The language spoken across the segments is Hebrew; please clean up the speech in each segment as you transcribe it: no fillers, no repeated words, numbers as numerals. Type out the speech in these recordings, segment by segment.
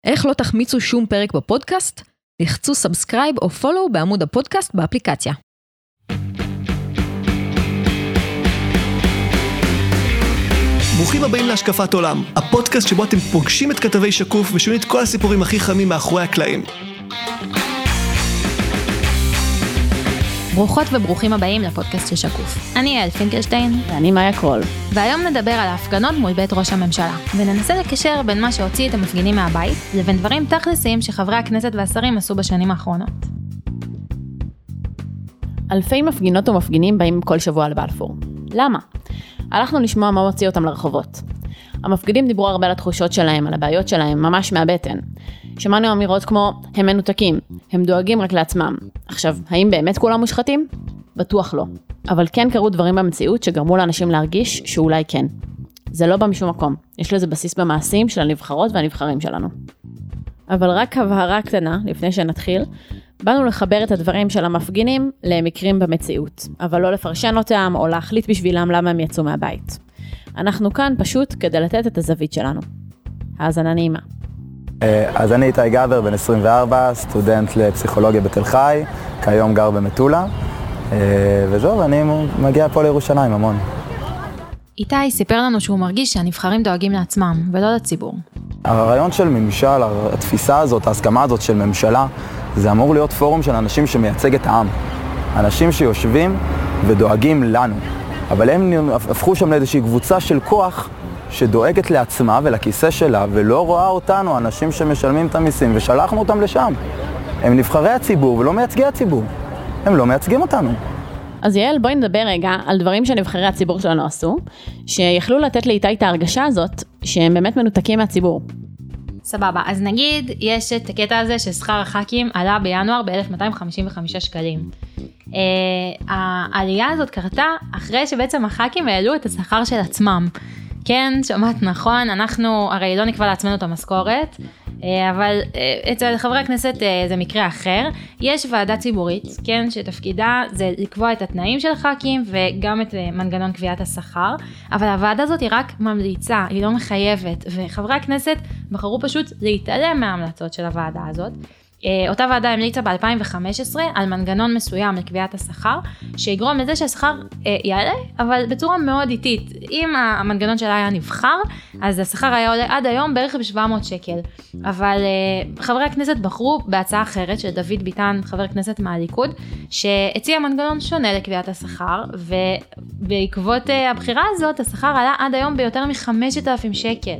איך לא תחמיצו שום פרק בפודקאסט? לחצו סאבסקרייב או פולו בעמוד הפודקאסט באפליקציה. ברוכים הבאים להשקפת עולם, הפודקאסט שבו אתם פוגשים את כתבי שקוף ושומעים את כל הסיפורים הכי חמים מאחורי הקלעים. ברוכות וברוכים הבאים לפודקאסט של שקוף. אני יעל פינקלשטיין. ואני מאיה קרול. והיום נדבר על ההפגנות מול בית ראש הממשלה, וננסה לקשר בין מה שהוציא את המפגינים מהבית, לבין דברים תכלסיים שחברי הכנסת והשרים עשו בשנים האחרונות. אלפי מפגינות ומפגינים באים כל שבוע לבלפור. למה? הלכנו לשמוע מה הוציא אותם לרחובות. המפגינים דיברו הרבה על התחושות שלהם, על הבעיות שלהם, ממש מהבטן. שמענו אמירות כמו, הם מנותקים, הם דואגים רק לעצמם. עכשיו, האם באמת כולם מושחתים? בטוח לא. אבל כן קרו דברים במציאות שגרמו לאנשים להרגיש שאולי כן. זה לא בא משום מקום. יש לזה בסיס במעשים של הנבחרות והנבחרים שלנו. אבל רק הבהרה קטנה, לפני שנתחיל, באנו לחבר את הדברים של המפגינים למקרים במציאות, אבל לא לפרשן אותם או להחליט בשבילם למה הם יצאו מהבית. אנחנו כאן פשוט כדי לתת את הזווית שלנו. האזנה נעימה. אז אני איתי גבר, בן 24, סטודנט לפסיכולוגיה בתל חי, כיום גר במטולה, וזהו, אני מגיע פה לירושלים המון. איתי סיפר לנו שהוא מרגיש שהנבחרים דואגים לעצמם ולא לציבור. הרעיון של ממשל, התפיסה הזאת, ההסכמה הזאת של ממשלה, זה אמור להיות פורום של אנשים שמייצג את העם. אנשים שיושבים ודואגים לנו. אבל הם הפכו שם לאיזושהי קבוצה של כוח שדואגת לעצמה ולכיסא שלה, ולא רואה אותנו, אנשים שמשלמים את המיסים, ושלחנו אותם לשם. הם נבחרי הציבור ולא מייצגי הציבור. הם לא מייצגים אותנו. אז יעל, בואי נדבר רגע על דברים שנבחרי הציבור שלנו עשו, שיכלו לתת לאיתי את ההרגשה הזאת, שהם באמת מנותקים מהציבור. סבבה, אז נגיד, יש את הקטע הזה ששכר הח"כים עלה בינואר ב-1255 שקלים. העלייה הזאת קרתה אחרי שבעצם הח"כים העלו את השכר של עצמם. כן, שמעת נכון, אנחנו הרי לא נקבע לעצמנו את המשכורת, אבל אצל חברי הכנסת זה מקרה אחר. יש ועדה ציבורית, כן, שתפקידה זה לקבוע את התנאים של ח"כים וגם את מנגנון קביעת השכר, אבל הוועדה הזאת היא רק ממליצה, היא לא מחייבת, וחברי הכנסת בחרו פשוט להתעלם מההמלצות של הוועדה הזאת. אותה ועדה המליצה ב-2015 על מנגנון מסוים לקביעת השכר, שיגרום לזה שהשכר יעלה, אבל בצורה מאוד איטית. אם המנגנון שלה היה נבחר, אז השכר היה עולה עד היום בערך ב-700 שקל. אבל חברי הכנסת בחרו בהצעה אחרת של דוד ביטן, חבר כנסת מהליכוד, שהציע מנגנון שונה לקביעת השכר, ובעקבות הבחירה הזאת, השכר עלה עד היום ביותר מ-5,000 שקל.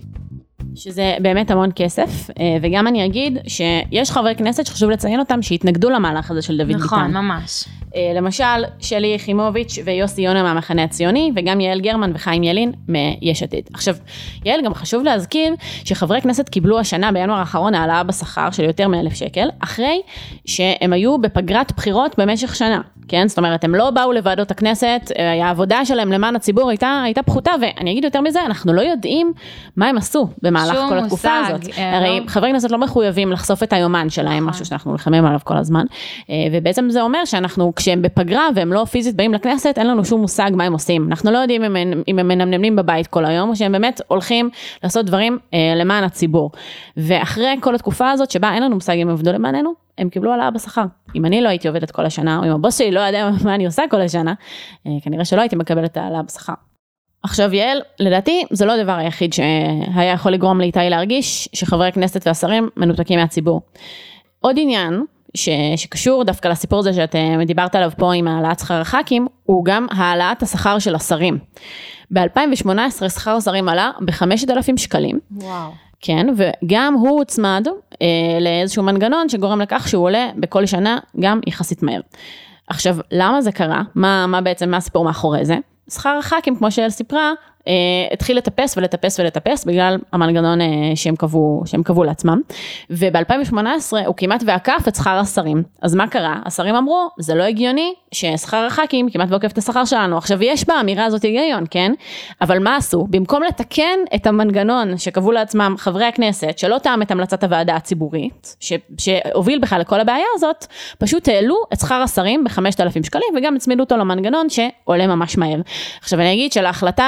שזה באמת המון כסף, וגם אני אגיד שיש חברי כנסת שחשוב לציין אותם שהתנגדו למהלך הזה של דוד ביטן. נכון, ממש. למשל, שלי יחימוביץ' ויוסי יונה מהמחנה הציוני, וגם יעל גרמן וחיים ילין מיש עתיד. עכשיו, יעל, גם חשוב להזכיר שחברי כנסת קיבלו השנה בינואר האחרון העלאה בשכר של יותר מ1,000 שקל, אחרי שהם היו בפגרת בחירות במשך שנה. כן? זאת אומרת, הם לא באו לוועדות הכנסת, העבודה שלהם למען הציבור הייתה פחותה, ואני אגיד יותר מזה, אנחנו לא יודעים מה הם עשו במהלך כל התקופה הזאת. הרי חברי כנסת לא מחויבים לחשוף את היומן שלהם, משהו שאנחנו נלחמים עליו כל הזמן, ובעצם זה אומר שאנחנו, כשהם בפגרה והם לא פיזית באים לכנסת, אין לנו שום מושג מה הם עושים. אנחנו לא יודעים אם הם מנמנמים בבית כל היום, או שהם באמת הולכים לעשות דברים למען הציבור. ואחרי כל התקופה הזאת, שבה אין לנו מושג אם הם עבדו למעננו, הם קיבלו העלאה בשכר. אם אני לא הייתי עובדת כל השנה, או אם הבוס שלי לא יודע מה אני עושה כל השנה, כנראה שלא הייתי מקבלת העלאה בשכר. עכשיו יעל, לדעתי, זה לא הדבר היחיד שהיה יכול לגרום לאיתי להרגיש שחברי הכנסת והשרים מנותקים מהציבור. עוד עניין שקשור דווקא לסיפור הזה שאתם דיברת עליו פה עם העלאת שכר הח"כים, הוא גם העלאת השכר של השרים. ב-2018 שכר השרים עלה ב-5,000 שקלים. וואו. כן, וגם הוא הוצמד לאיזשהו מנגנון שגורם לכך שהוא עולה בכל שנה גם יחסית מהר. עכשיו, למה זה קרה? מה הסיפור מאחורי זה? שכר הח"כים, כמו שאל סיפרה, התחיל לטפס בגלל המנגנון שהם קבעו לעצמם, וב-2018 הוא כמעט ועקף את שכר השרים. אז מה קרה? השרים אמרו, זה לא הגיוני ששכר הח"כים כמעט ועוקף את השכר שלנו. עכשיו יש באמירה הזאת היגיון, כן? אבל מה עשו? במקום לתקן את המנגנון שקבעו לעצמם חברי הכנסת, שלא טעם את המלצת הוועדה הציבורית, שהוביל בכלל לכל הבעיה הזאת, פשוט העלו את שכר השרים ב5,000 שקלים, וגם הצמידו אותו למנגנון שעולה ממש מהר. עכשיו אני אגיד שלהחלטה הזאת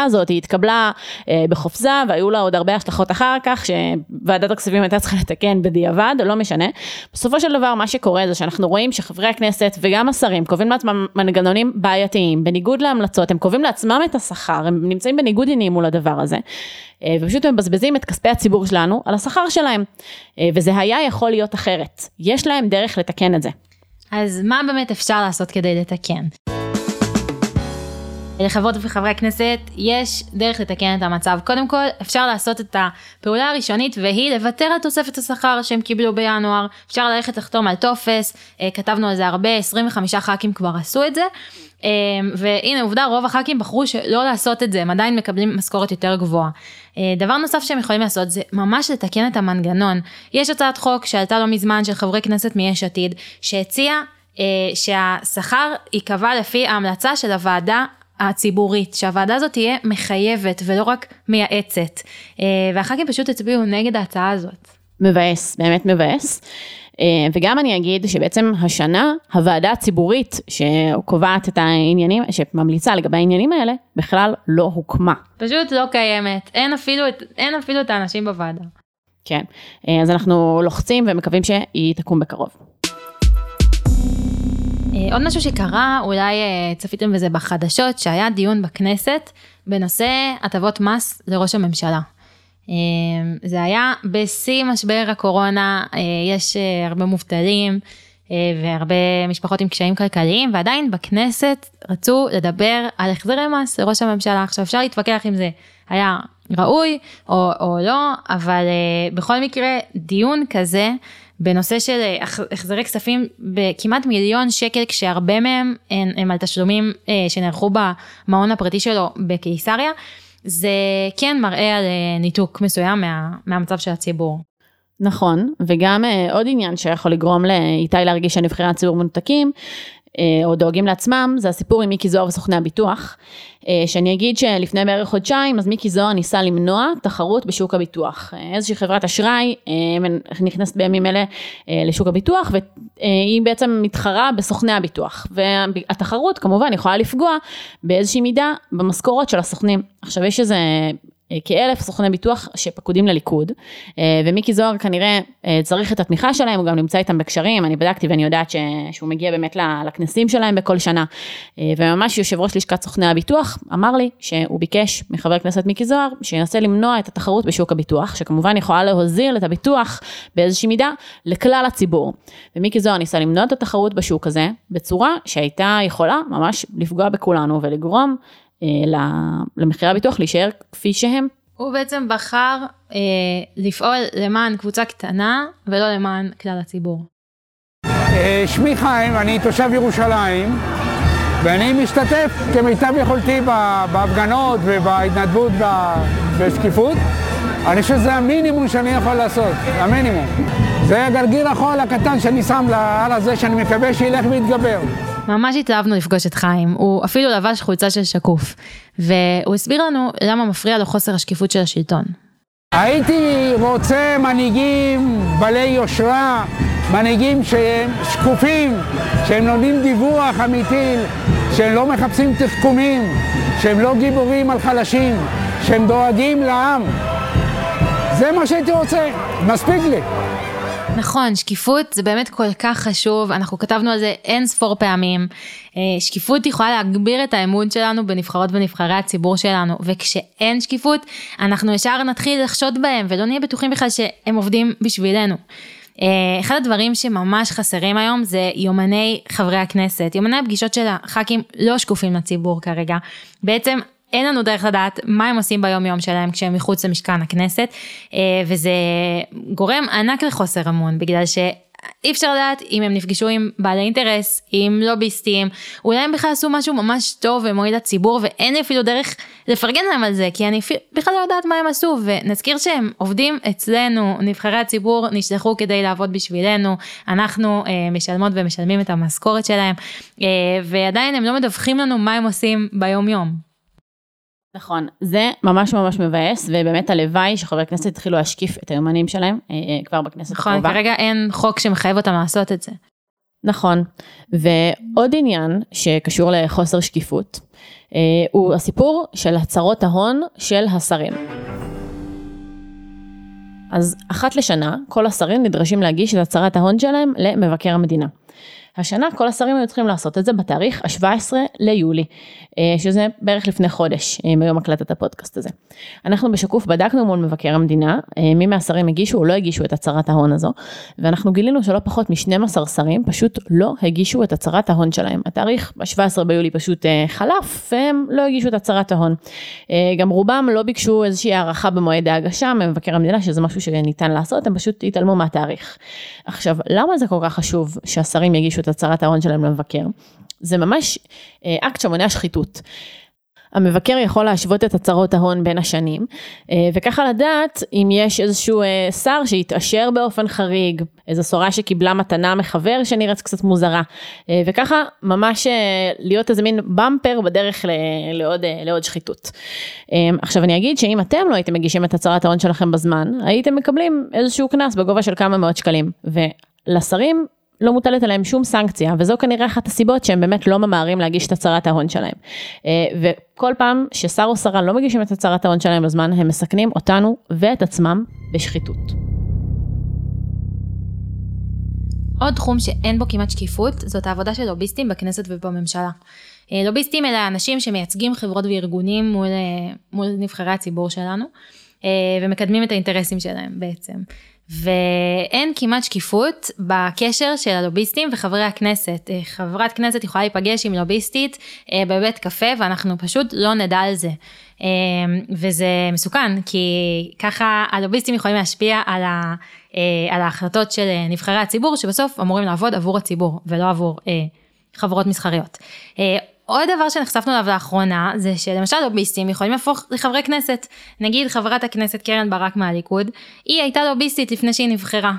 התקבלה בחופזה, והיו לה עוד הרבה השלכות אחר כך, שוועדת הכספים הייתה צריכה לתקן בדיעבד, לא משנה. בסופו של דבר, מה שקורה זה שאנחנו רואים שחברי הכנסת וגם השרים קובעים לעצמם מנגנונים בעייתיים, בניגוד להמלצות, הם קובעים לעצמם את השכר, הם נמצאים בניגוד עניינים מול הדבר הזה, ופשוט הם מבזבזים את כספי הציבור שלנו על השכר שלהם, וזה היה יכול להיות אחרת. יש להם דרך לתקן את זה. אז מה באמת אפשר לעשות כדי לתקן? לחברות וחברי הכנסת יש דרך לתקן את המצב. קודם כל, אפשר לעשות את הפעולה הראשונית, והיא לוותר על תוספת השכר שהם קיבלו בינואר. אפשר ללכת לחתום על טופס, כתבנו על זה הרבה, 25 ח"כים כבר עשו את זה, והנה עובדה, רוב הח"כים בחרו שלא לעשות את זה, הם עדיין מקבלים משכורת יותר גבוהה. דבר נוסף שהם יכולים לעשות זה ממש לתקן את המנגנון. יש הצעת חוק שעלתה לא מזמן של חברי כנסת מיש עתיד, שהציע שהשכר ייקבע לפי ההמלצה של הוועדה הציבורית, שהוועדה הזאת תהיה מחייבת ולא רק מייעצת, והח"כים פשוט הצביעו נגד ההצעה הזאת. מבאס, באמת מבאס. וגם אני אגיד שבעצם השנה הוועדה הציבורית שקובעת את העניינים, שממליצה לגבי העניינים האלה, בכלל לא הוקמה. פשוט לא קיימת, אין אפילו את האנשים בוועדה. כן, אז אנחנו לוחצים ומקווים שהיא תקום בקרוב. עוד משהו שקרה, אולי צפיתם בזה בחדשות, שהיה דיון בכנסת בנושא הטבות מס לראש הממשלה. זה היה בשיא משבר הקורונה, יש הרבה מובטלים והרבה משפחות עם קשיים כלכליים, ועדיין בכנסת רצו לדבר על החזרי מס לראש הממשלה. עכשיו אפשר להתווכח אם זה היה ראוי או לא, אבל בכל מקרה דיון כזה, בנושא של החזרי כספים בכמעט 1,000,000 שקל, כשהרבה מהם הם על תשלומים שנערכו במעון הפרטי שלו בקיסריה, זה כן מראה על ניתוק מסוים מהמצב של הציבור. נכון, וגם עוד עניין שיכול לגרום לאיתי להרגיש שנבחרי הציבור מנותקים, או דואגים לעצמם, זה הסיפור עם מיקי זוהר וסוכני הביטוח, שאני אגיד שלפני בערך חודשיים, אז מיקי זוהר ניסה למנוע תחרות בשוק הביטוח. איזושהי חברת אשראי נכנסת בימים אלה לשוק הביטוח, והיא בעצם מתחרה בסוכני הביטוח. והתחרות כמובן יכולה לפגוע באיזושהי מידה במשכורות של הסוכנים. עכשיו יש איזה כ1,000 סוכני ביטוח שפקודים לליכוד, ומיקי זוהר כנראה צריך את התמיכה שלהם, הוא גם נמצא איתם בקשרים, אני בדקתי ואני יודעת שהוא מגיע באמת לכנסים שלהם בכל שנה, וממש יושב ראש לשכת סוכני הביטוח אמר לי שהוא ביקש מחבר הכנסת מיקי זוהר, שינסה למנוע את התחרות בשוק הביטוח, שכמובן יכולה להוזיל את הביטוח באיזושהי מידה לכלל הציבור, ומיקי זוהר ניסה למנוע את התחרות בשוק הזה, בצורה שהייתה יכולה ממש לפגוע בכולנו ולגרום למחירי הביטוח להישאר כפי שהם. הוא בעצם בחר לפעול למען קבוצה קטנה ולא למען כלל הציבור. שמי חיים, אני תושב ירושלים, ואני משתתף כמיטב יכולתי בהפגנות ובהתנדבות בשקיפות. אני חושב שזה המינימום שאני יכול לעשות, המינימום. זה הגרגיר החול הקטן שאני שם על הזה שאני מקווה שילך ויתגבר. ממש התאהבנו לפגוש את חיים, הוא אפילו לבש חולצה של שקוף, והוא הסביר לנו למה מפריע לו חוסר השקיפות של השלטון. הייתי רוצה מנהיגים בעלי יושרה, מנהיגים שהם שקופים, שהם נותנים דיווח אמיתי, שהם לא מחפשים תחכומים, שהם לא גיבורים על חלשים, שהם דואגים לעם. זה מה שהייתי רוצה, מספיק לי. נכון, שקיפות זה באמת כל כך חשוב, אנחנו כתבנו על זה אין ספור פעמים, שקיפות יכולה להגביר את האמון שלנו בנבחרות ונבחרי הציבור שלנו, וכשאין שקיפות, אנחנו ישר נתחיל לחשוד בהם, ולא נהיה בטוחים בכלל שהם עובדים בשבילנו. אחד הדברים שממש חסרים היום, זה יומני חברי הכנסת, יומני הפגישות של הח"כים לא שקופים לציבור כרגע, בעצם אין לנו דרך לדעת מה הם עושים ביום יום שלהם כשהם מחוץ למשכן הכנסת, וזה גורם ענק לחוסר אמון, בגלל שאי אפשר לדעת אם הם נפגשו עם בעלי אינטרס, עם לוביסטים, אולי הם בכלל עשו משהו ממש טוב ומועיל לציבור, ואין לי אפילו דרך לפרגן להם על זה, כי אני בכלל לא יודעת מה הם עשו, ונזכיר שהם עובדים אצלנו, נבחרי הציבור נשלחו כדי לעבוד בשבילנו, אנחנו משלמות ומשלמים את המשכורת שלהם, ועדיין הם לא מדווחים לנו מה הם עושים ביום יום. נכון, זה ממש ממש מבאס, ובאמת הלוואי שחברי הכנסת התחילו להשקיף את היומנים שלהם כבר בכנסת הקרובה. נכון, כרגע אין חוק שמחייב אותם לעשות את זה. נכון, ועוד עניין שקשור לחוסר שקיפות, הוא הסיפור של הצהרות ההון של השרים. אז אחת לשנה, כל השרים נדרשים להגיש את הצהרת ההון שלהם למבקר המדינה. השנה כל השרים היו צריכים לעשות את זה בתאריך ה-17 ליולי, שזה בערך לפני חודש, מיום הקלטת הפודקאסט הזה. אנחנו בשקוף בדקנו מול מבקר המדינה, מי מהשרים הגישו או לא הגישו את הצהרת ההון הזו, ואנחנו גילינו שלא פחות מ-12 שרים פשוט לא הגישו את הצהרת ההון שלהם. התאריך ה-17 ביולי פשוט חלף, והם לא הגישו את הצהרת ההון. גם רובם לא ביקשו איזושהי הערכה במועד ההגשה ממבקר המדינה, שזה משהו שניתן לעשות, הם פשוט התעלמו מהתאריך. עכשיו, למה זה כל כך חשוב שהשרים יגישו את הצהרת ההון שלהם למבקר? זה ממש אקט שמונע שחיתות. המבקר יכול להשוות את הצהרות ההון בין השנים, וככה לדעת אם יש איזשהו שר שהתאשר באופן חריג, איזו שורה שקיבלה מתנה מחבר שנראית קצת מוזרה, וככה ממש להיות איזה מין במפר בדרך לעוד שחיתות. עכשיו אני אגיד שאם אתם לא הייתם מגישים את הצהרת ההון שלכם בזמן, הייתם מקבלים איזשהו קנס בגובה של כמה מאות שקלים, ולשרים לא מוטלת עליהם שום סנקציה, וזו כנראה אחת הסיבות שהם באמת לא ממהרים להגיש את הצהרת ההון שלהם. וכל פעם ששר או שרה לא מגישים את הצהרת ההון שלהם בזמן, הם מסכנים אותנו ואת עצמם בשחיתות. עוד תחום שאין בו כמעט שקיפות, זאת העבודה של לוביסטים בכנסת ובממשלה. לוביסטים אלה אנשים שמייצגים חברות וארגונים מול נבחרי הציבור שלנו, ומקדמים את האינטרסים שלהם בעצם. ואין כמעט שקיפות בקשר של הלוביסטים וחברי הכנסת. חברת כנסת יכולה להיפגש עם לוביסטית בבית קפה, ואנחנו פשוט לא נדע על זה. וזה מסוכן, כי ככה הלוביסטים יכולים להשפיע על ההחלטות של נבחרי הציבור, שבסוף אמורים לעבוד עבור הציבור, ולא עבור חברות מסחריות. עוד דבר שנחשפנו עליו לאחרונה, זה שלמשל לוביסטים יכולים להפוך לחברי כנסת. נגיד חברת הכנסת קרן ברק מהליכוד, היא הייתה לוביסטית לפני שהיא נבחרה.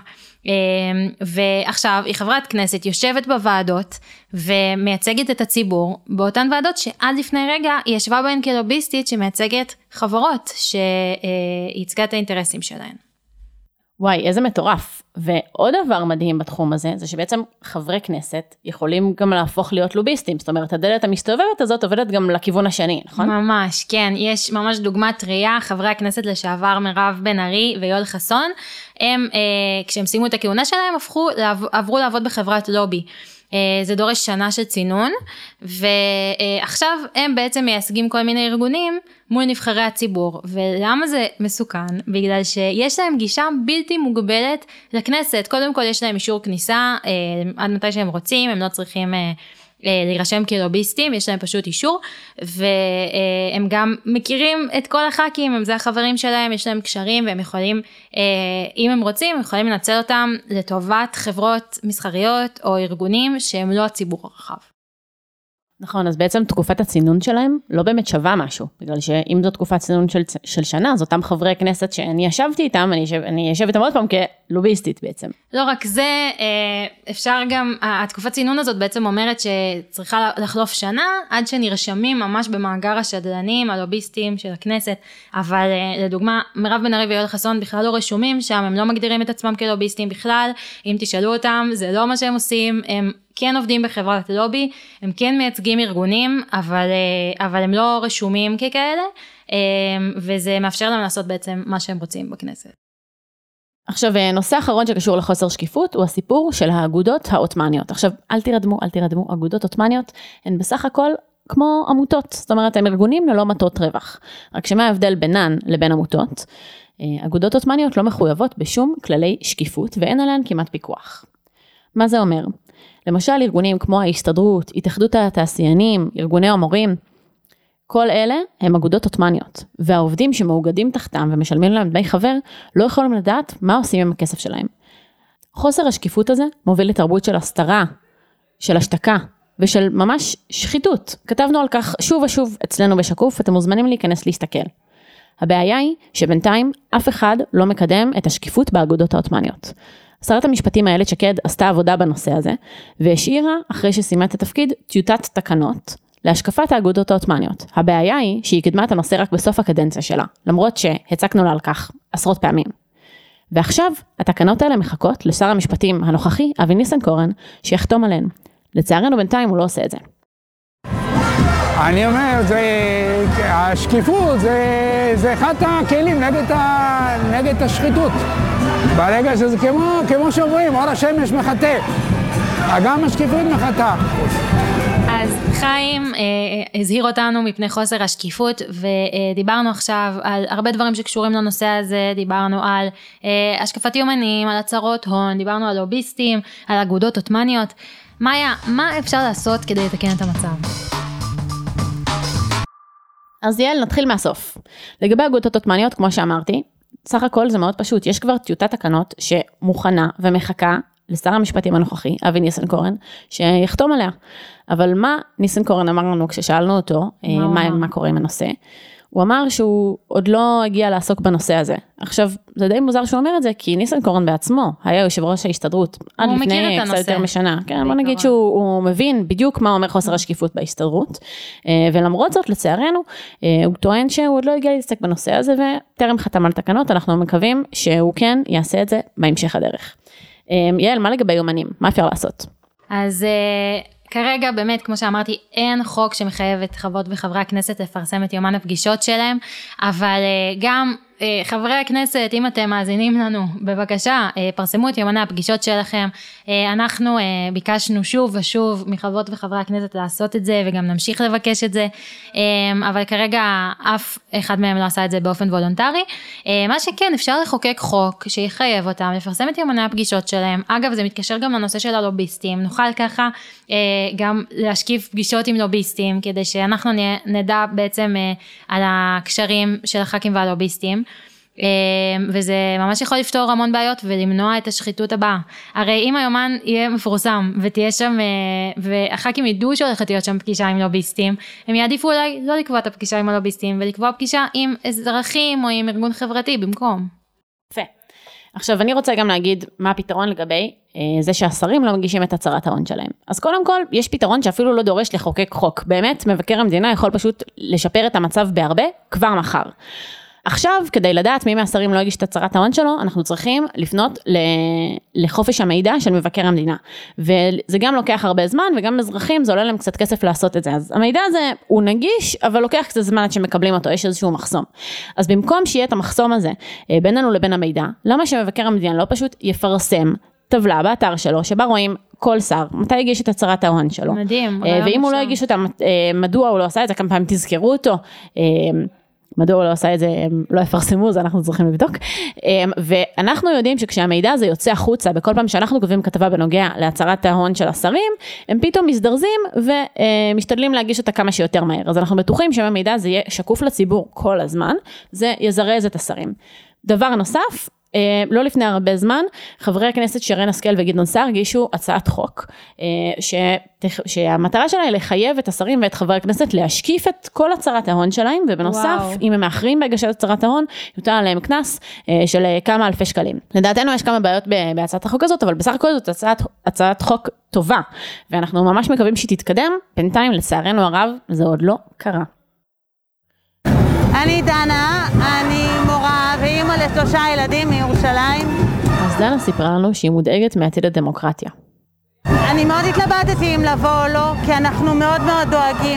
ועכשיו היא חברת כנסת, יושבת בוועדות, ומייצגת את הציבור, באותן ועדות שעד לפני רגע היא ישבה בהן כלוביסטית, שמייצגת חברות שייצגה את האינטרסים שלהן. וואי, איזה מטורף. ועוד דבר מדהים בתחום הזה, זה שבעצם חברי כנסת יכולים גם להפוך להיות לוביסטים, זאת אומרת, הדלת המסתובבת הזאת עובדת גם לכיוון השני, נכון? ממש, כן, יש ממש דוגמת ראייה, חברי הכנסת לשעבר מירב בן ארי ויואל חסון, הם, כשהם סיימו את הכהונה שלהם, עברו לעבוד בחברת לובי. זה דורש שנה של צינון, ועכשיו הם בעצם מייצגים כל מיני ארגונים מול נבחרי הציבור. ולמה זה מסוכן? בגלל שיש להם גישה בלתי מוגבלת לכנסת. קודם כל יש להם אישור כניסה, עד מתי שהם רוצים, הם לא צריכים להירשם כלוביסטים, יש להם פשוט אישור, והם גם מכירים את כל הח"כים, הם זה החברים שלהם, יש להם קשרים, והם יכולים, אם הם רוצים, הם יכולים לנצל אותם לטובת חברות מסחריות, או ארגונים שהם לא הציבור הרחב. נכון, אז בעצם תקופת הצינון שלהם לא באמת שווה משהו, בגלל שאם זו תקופת צינון של שנה, אז אותם חברי כנסת שאני ישבתי איתם, אני ישב איתם עוד פעם כלוביסטית בעצם. לא רק זה, אפשר גם, התקופת צינון הזאת בעצם אומרת שצריכה לחלוף שנה, עד שנרשמים ממש במאגר השדלנים, הלוביסטים של הכנסת, אבל לדוגמה, מירב בן ארי ויואל חסון בכלל לא רשומים שם, הם לא מגדירים את עצמם כלוביסטים בכלל, אם תשאלו אותם, זה לא מה שהם עושים, הם כן עובדים בחברת לובי, הם כן מייצגים ארגונים, אבל הם לא רשומים ככאלה, וזה מאפשר להם לעשות בעצם מה שהם רוצים בכנסת. עכשיו, נושא אחרון שקשור לחוסר שקיפות, הוא הסיפור של האגודות העות'מאניות. עכשיו, אל תירדמו, אגודות עות'מאניות הן בסך הכל כמו עמותות, זאת אומרת, הם ארגונים ללא מטרות רווח. רק שמה ההבדל בינן לבין עמותות? אגודות עות'מאניות לא מחויבות בשום כללי שקיפות, ואין עליהן כמעט פיקוח. מה זה אומר? למשל, ארגונים כמו ההסתדרות, התאחדות התעשיינים, ארגוני המורים, כל אלה הם אגודות עות'מאניות, והעובדים שמאוגדים תחתם ומשלמים להם דמי חבר, לא יכולים לדעת מה עושים עם הכסף שלהם. חוסר השקיפות הזה מוביל לתרבות של הסתרה, של השתקה, ושל ממש שחיתות. כתבנו על כך שוב ושוב אצלנו בשקוף, אתם מוזמנים להיכנס להסתכל. הבעיה היא שבינתיים אף אחד לא מקדם את השקיפות באגודות העות'מאניות. שרת המשפטים איילת שקד עשתה עבודה בנושא הזה, והשאירה, אחרי שסיימה את התפקיד, טיוטת תקנות להשקפת האגודות העות'מאניות. הבעיה היא שהיא קידמה את הנושא רק בסוף הקדנציה שלה, למרות שהצקנו לה על כך עשרות פעמים. ועכשיו התקנות האלה מחכות לשר המשפטים הנוכחי, אבי ניסנקורן, שיחתום עליהן. לצערנו בינתיים הוא לא עושה את זה. אני אומר, השקיפות זה אחד הכלים נגד השחיתות. ברגע שזה כמו שאומרים, אור השמש מחטא. גם השקיפות מחטא. אז חיים הזהיר אותנו מפני חוסר השקיפות, ודיברנו עכשיו על הרבה דברים שקשורים לנושא הזה, דיברנו על השקפת יומנים, על הצהרות הון, דיברנו על לוביסטים, על אגודות עות'מאניות. מאיה, מה אפשר לעשות כדי לתקן את המצב? אז יעל, נתחיל מהסוף. לגבי אגודות עות'מאניות, כמו שאמרתי, סך הכל זה מאוד פשוט, יש כבר טיוטת תקנות שמוכנה ומחכה לשר המשפטים הנוכחי, אבי ניסנקורן, שיחתום עליה. אבל מה ניסנקורן אמר לנו כששאלנו אותו, מה קורה עם הנושא? הוא אמר שהוא עוד לא הגיע לעסוק בנושא הזה. עכשיו, זה די מוזר שהוא אומר את זה, כי ניסנקורן בעצמו היה יושב ראש ההסתדרות, עד לפני קצת יותר משנה. כן, בוא נגיד שהוא מבין בדיוק מה אומר חוסר השקיפות בהסתדרות, ולמרות זאת, לצערנו, הוא טוען שהוא עוד לא הגיע להתעסק בנושא הזה, וטרם חתם על תקנות, אנחנו מקווים שהוא כן יעשה את זה בהמשך הדרך. יעל, מה לגבי יומנים? מה אפשר לעשות? אז כרגע באמת, כמו שאמרתי, אין חוק שמחייב את חברות וחברי הכנסת לפרסם את יומן הפגישות שלהם, אבל גם חברי הכנסת, אם אתם מאזינים לנו, בבקשה, פרסמו את יומני הפגישות שלכם. אנחנו ביקשנו שוב ושוב מחברות וחברי הכנסת לעשות את זה, וגם נמשיך לבקש את זה, אבל כרגע אף אחד מהם לא עשה את זה באופן וולונטרי. מה שכן, אפשר לחוקק חוק שיחייב אותם לפרסם את יומני הפגישות שלהם. אגב, זה מתקשר גם לנושא של הלוביסטים. נוכל ככה גם להשקיף פגישות עם לוביסטים, כדי שאנחנו נדע בעצם על הקשרים של הח"כים והלוביסטים. וזה ממש יכול לפתור המון בעיות ולמנוע את השחיתות הבאה. הרי אם היומן יהיה מפורסם ותהיה שם, והח"כים ידעו שהולכת להיות שם פגישה עם לוביסטים, הם יעדיפו אולי לא לקבוע את הפגישה עם הלוביסטים, ולקבוע פגישה עם אזרחים או עם ארגון חברתי במקום. יפה. עכשיו אני רוצה גם להגיד מה הפתרון לגבי זה שהשרים לא מגישים את הצהרת ההון שלהם. אז קודם כל, יש פתרון שאפילו לא דורש לחוקק חוק. באמת, מבקר המדינה יכול פשוט לשפר את המצב בהרבה כבר מחר. עכשיו, כדי לדעת מי מהשרים לא הגיש את הצהרת ההון שלו, אנחנו צריכים לפנות לחופש המידע של מבקר המדינה. וזה גם לוקח הרבה זמן, וגם אזרחים זה עולה להם קצת כסף לעשות את זה. אז המידע הזה הוא נגיש, אבל לוקח קצת זמן עד שמקבלים אותו, יש איזשהו מחסום. אז במקום שיהיה את המחסום הזה בינינו לבין המידע, למה שמבקר המדינה לא פשוט יפרסם טבלה באתר שלו, שבה רואים כל שר, מתי הגיש את הצהרת ההון שלו. מדהים. ואם הוא לא הגיש אותה, מדוע הוא לא עשה את זה, כמה פעמים תזכרו אותו, מדוע הוא לא עושה את זה, לא יפרסמו, זה אנחנו צריכים לבדוק. ואנחנו יודעים שכשהמידע הזה יוצא החוצה, בכל פעם שאנחנו כותבים כתבה בנוגע להצהרת ההון של השרים, הם פתאום מזדרזים ומשתדלים להגיש אותה כמה שיותר מהר. אז אנחנו בטוחים שהמידע הזה יהיה שקוף לציבור כל הזמן, זה יזרז את השרים. דבר נוסף, לא לפני הרבה זמן, חברי הכנסת שרן השכל וגדעון סער הגישו הצעת חוק, שהמטרה שלה היא לחייב את השרים ואת חברי הכנסת להשקיף את כל הצהרת ההון שלהם, ובנוסף, אם הם מאחרים בהגשת הצהרת ההון, יוטל עליהם קנס של כמה אלפי שקלים. לדעתנו יש כמה בעיות בהצעת החוק הזאת, אבל בסך הכל זאת הצעת חוק טובה, ואנחנו ממש מקווים שהיא תתקדם, בינתיים לצערנו הרב, זה עוד לא קרה. אני דנה, אני מורה ואימא ל3 ילדים מירושלים. אז דנה סיפרה לנו שהיא מודאגת מעתיד הדמוקרטיה. אני מאוד התלבטתי אם לבוא או לא, כי אנחנו מאוד מאוד דואגים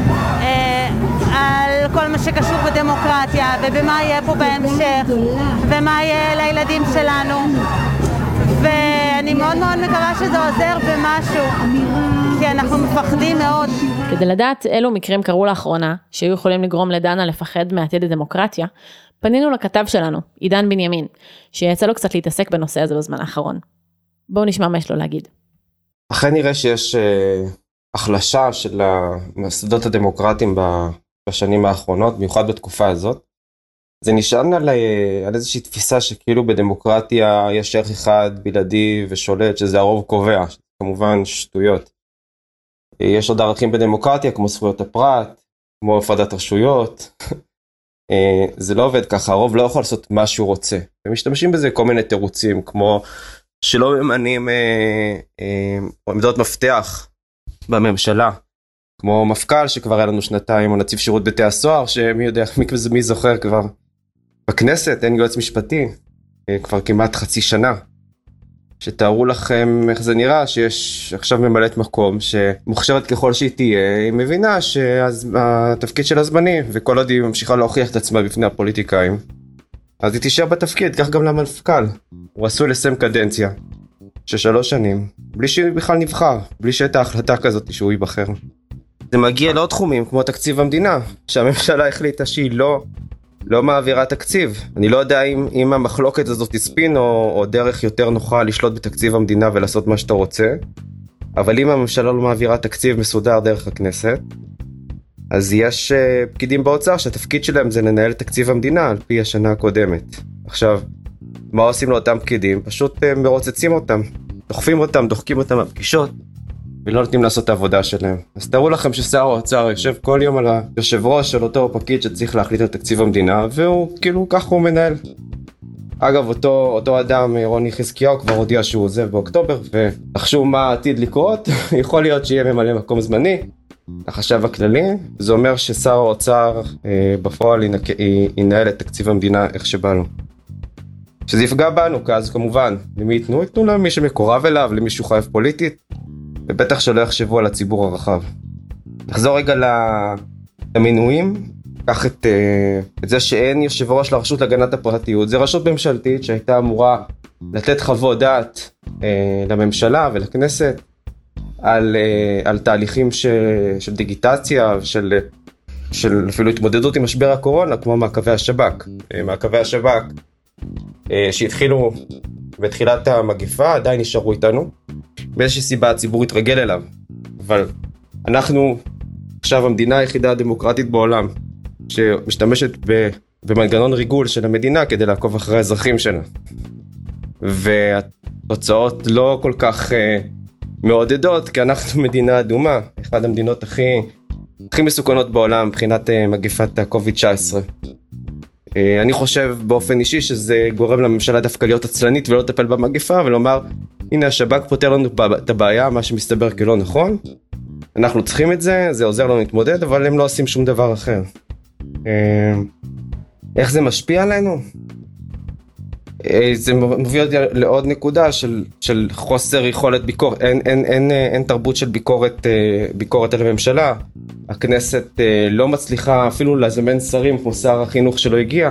על כל מה שקשור בדמוקרטיה, ובמה יהיה פה בהמשך, ומה יהיה לילדים שלנו. ואני מאוד מאוד מקווה שזה עוזר במשהו, כי אנחנו מפחדים מאוד. כדי לדעת אילו מקרים קרו לאחרונה, שהיו יכולים לגרום לדנה לפחד מעתיד הדמוקרטיה, פנינו לכתב שלנו, עידן בנימין, שיצא לו קצת להתעסק בנושא הזה בזמן האחרון. בואו נשמע מה יש לו להגיד. אכן נראה שיש החלשה של המוסדות הדמוקרטיים בשנים האחרונות, במיוחד בתקופה הזאת. זה נשען על איזושהי תפיסה שכאילו בדמוקרטיה יש ערך אחד בלעדי ושולט, שזה הרוב קובע, כמובן שטויות. יש עוד ערכים בדמוקרטיה, כמו זכויות הפרט, כמו הפרדת רשויות. זה לא עובד ככה, הרוב לא יכול לעשות מה שהוא רוצה. ומשתמשים בזה כל מיני תירוצים, כמו שלא ממנים עמדות מפתח בממשלה, כמו מפכ"ל שכבר היה לנו 2 או נציב שירות בתי הסוהר, שמי יודע, מי זוכר כבר בכנסת, אין יועץ משפטי. כבר כמעט חצי שנה. שתארו לכם איך זה נראה שיש עכשיו ממלאת מקום שמוכשרת ככל שהיא תהיה, היא מבינה שהתפקיד של הזמני, וכל עוד היא ממשיכה להוכיח את עצמה בפני הפוליטיקאים, אז היא תישאר בתפקיד, כך גם למפכ"ל. הוא עשוי לסיים קדנציה של 3 שנים, בלי שהוא בכלל נבחר, בלי שהייתה החלטה כזאת שהוא ייבחר. זה מגיע לעוד תחומים, כמו תקציב המדינה, שהממשלה החליטה שהיא לא מעבירה תקציב. אני לא יודע אם המחלוקת הזאת ספין או דרך יותר נוחה לשלוט בתקציב המדינה ולעשות מה שאתה רוצה, אבל אם הממשלה לא מעבירה תקציב מסודר דרך הכנסת, אז יש פקידים באוצר שהתפקיד שלהם זה לנהל את תקציב המדינה על פי השנה הקודמת. עכשיו, מה עושים לאותם פקידים? פשוט מרוצצים אותם, דוחפים אותם, דוחקים אותם בפגישות, ולא נותנים לעשות את העבודה שלהם. אז תראו לכם ששר האוצר יושב כל יום על היושב ראש של אותו פקיד שצריך להחליט על תקציב המדינה, והוא כאילו ככה הוא מנהל. אגב, אותו אדם, רוני חזקיהו, כבר הודיע שהוא עוזב באוקטובר, ותחשו מה עתיד לקרות, יכול להיות שיהיה ממלא מקום זמני, החשב הכללי. זה אומר ששר האוצר בפועל ינהל את תקציב המדינה איך שבא לו. שזה יפגע בנו, אז כמובן, למי ייתנו? ייתנו למי שמקורב אליו, למי שהוא חייב פוליטית, ובטח שלא יחשבו על הציבור הרחב. נחזור רגע למינויים, קח את זה שאין יושב ראש לרשות להגנת הפרטיות. זה רשות ממשלתית שהייתה אמורה לתת חוות דעת לממשלה ולכנסת על תהליכים של דיגיטציה, של אפילו התמודדות עם משבר הקורונה, כמו מעקבי השב"כ. מעקבי השב"כ שהתחילו בתחילת המגפה, עדיין נשארו איתנו. באיזושהי סיבה הציבור התרגל אליו. אבל אנחנו עכשיו המדינה היחידה הדמוקרטית בעולם, שמשתמשת במנגנון ריגול של המדינה כדי לעקוב אחרי האזרחים שלה. והתוצאות לא כל כך מעודדות, כי אנחנו מדינה אדומה, אחת המדינות הכי מסוכנות בעולם מבחינת מגפת ה-COVID-19. אני חושב באופן אישי שזה גורם לממשלה דווקא להיות עצלנית ולא לטפל במגפה ולומר, הנה השב"כ פותר לנו את הבעיה, מה שמסתבר כלא נכון. אנחנו צריכים את זה, זה עוזר לנו להתמודד, אבל הם לא עושים שום דבר אחר. איך זה משפיע עלינו? זה מביא אותי לעוד נקודה של חוסר יכולת ביקורת. אין תרבות של ביקורת על הממשלה. הכנסת לא מצליחה אפילו לזמן שרים כמו שר החינוך שלא הגיע.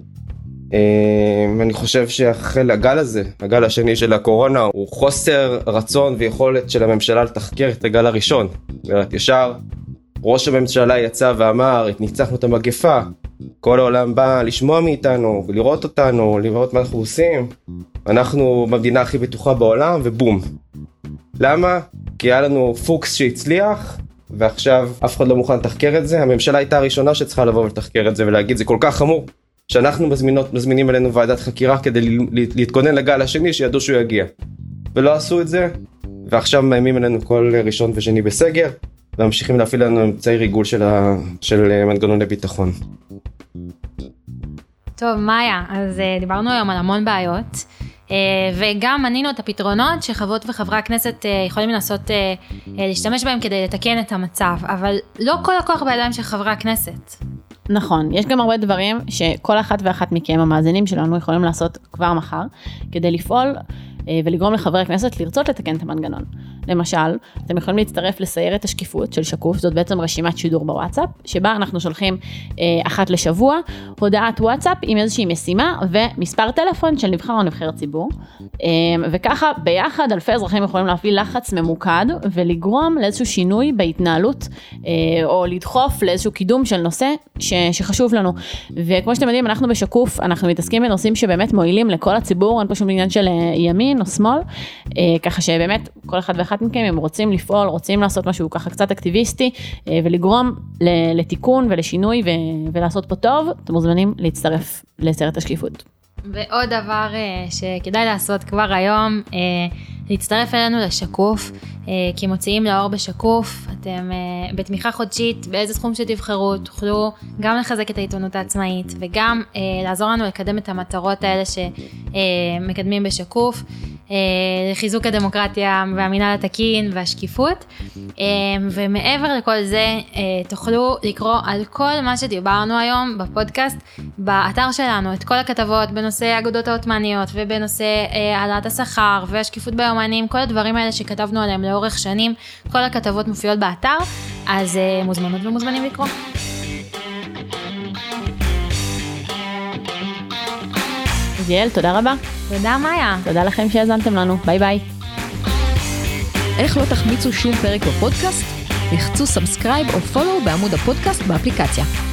אני חושב שהחל הגל הזה, הגל השני של הקורונה, הוא חוסר רצון ויכולת של הממשלה לתחקר את הגל הראשון. ישר ראש הממשלה יצא ואמר, ניצחנו את המגפה, כל העולם בא לשמוע מאיתנו, לראות אותנו, לראות מה אנחנו עושים. אנחנו במדינה הכי בטוחה בעולם, ובום. למה? כי היה לנו פוקס שהצליח, ועכשיו אף אחד לא מוכן לתחקר את זה. הממשלה הייתה הראשונה שצריכה לבוא ולתחקר את זה ולהגיד, זה כל כך חמור, שאנחנו מזמינים אלינו ועדת חקירה כדי להתכונן לגל השני שידעו שהוא יגיע. ולא עשו את זה, ועכשיו מאיימים אלינו כל ראשון ושני בסגר, וממשיכים להפעיל לנו אמצעי ריגול של מנגנוני ביטחון. טוב, מאיה, אז דיברנו היום על המון בעיות, וגם מנינו את הפתרונות שחברות וחברי הכנסת יכולים לנסות להשתמש בהם כדי לתקן את המצב, אבל לא כל הכוח בידיים של חברי הכנסת. נכון, יש גם הרבה דברים שכל אחת ואחת מכם, המאזינים שלנו, יכולים לעשות כבר מחר, כדי לפעול ולגרום לחברי הכנסת לרצות לתקן את המנגנון. למשל, אתם יכולים להצטרף לסיירת השקיפות של שקוף, זאת בעצם רשימת שידור בוואטסאפ, שבה אנחנו שולחים אחת לשבוע, הודעת וואטסאפ עם איזושהי משימה ומספר טלפון של נבחר או נבחרת ציבור, וככה ביחד אלפי אזרחים יכולים להפעיל לחץ ממוקד, ולגרום לאיזשהו שינוי בהתנהלות, או לדחוף לאיזשהו קידום של נושא שחשוב לנו. וכמו שאתם יודעים, אנחנו בשקוף, אנחנו מתעסקים בנושאים שבאמת מועילים לכל הציבור, אין פה שום עניין של ימין או שמאל, ככה שבאמת כל אחד ואחת מכם, הם רוצים לפעול, רוצים לעשות משהו ככה קצת אקטיביסטי, ולגרום לתיקון ולשינוי ולעשות פה טוב, אתם מוזמנים להצטרף לסיירת השקיפות. ועוד דבר שכדאי לעשות כבר היום, להצטרף אלינו לשקוף, כי מוציאים לאור בשקוף, אתם בתמיכה חודשית, באיזה סכום שתבחרו, תוכלו גם לחזק את העיתונות העצמאית, וגם לעזור לנו לקדם את המטרות האלה שמקדמים בשקוף. חיזוק הדמוקרטיה והמינהל התקין והשקיפות, ומעבר לכל זה תוכלו לקרוא על כל מה שדיברנו היום בפודקאסט באתר שלנו, את כל הכתבות בנושא האגודות העות'מאניות ובנושא העלאת השכר והשקיפות ביומנים, כל הדברים האלה שכתבנו עליהם לאורך שנים, כל הכתבות מופיעות באתר, אז מוזמנות ומוזמנים לקרוא. יעל, תודה רבה. תודה מאיה. תודה לכם שהאזנתם לנו. ביי ביי. איך לא תחמיצו שום פרק בפודקאסט? לחצו סאבסקרייב או פולו בעמוד הפודקאסט באפליקציה.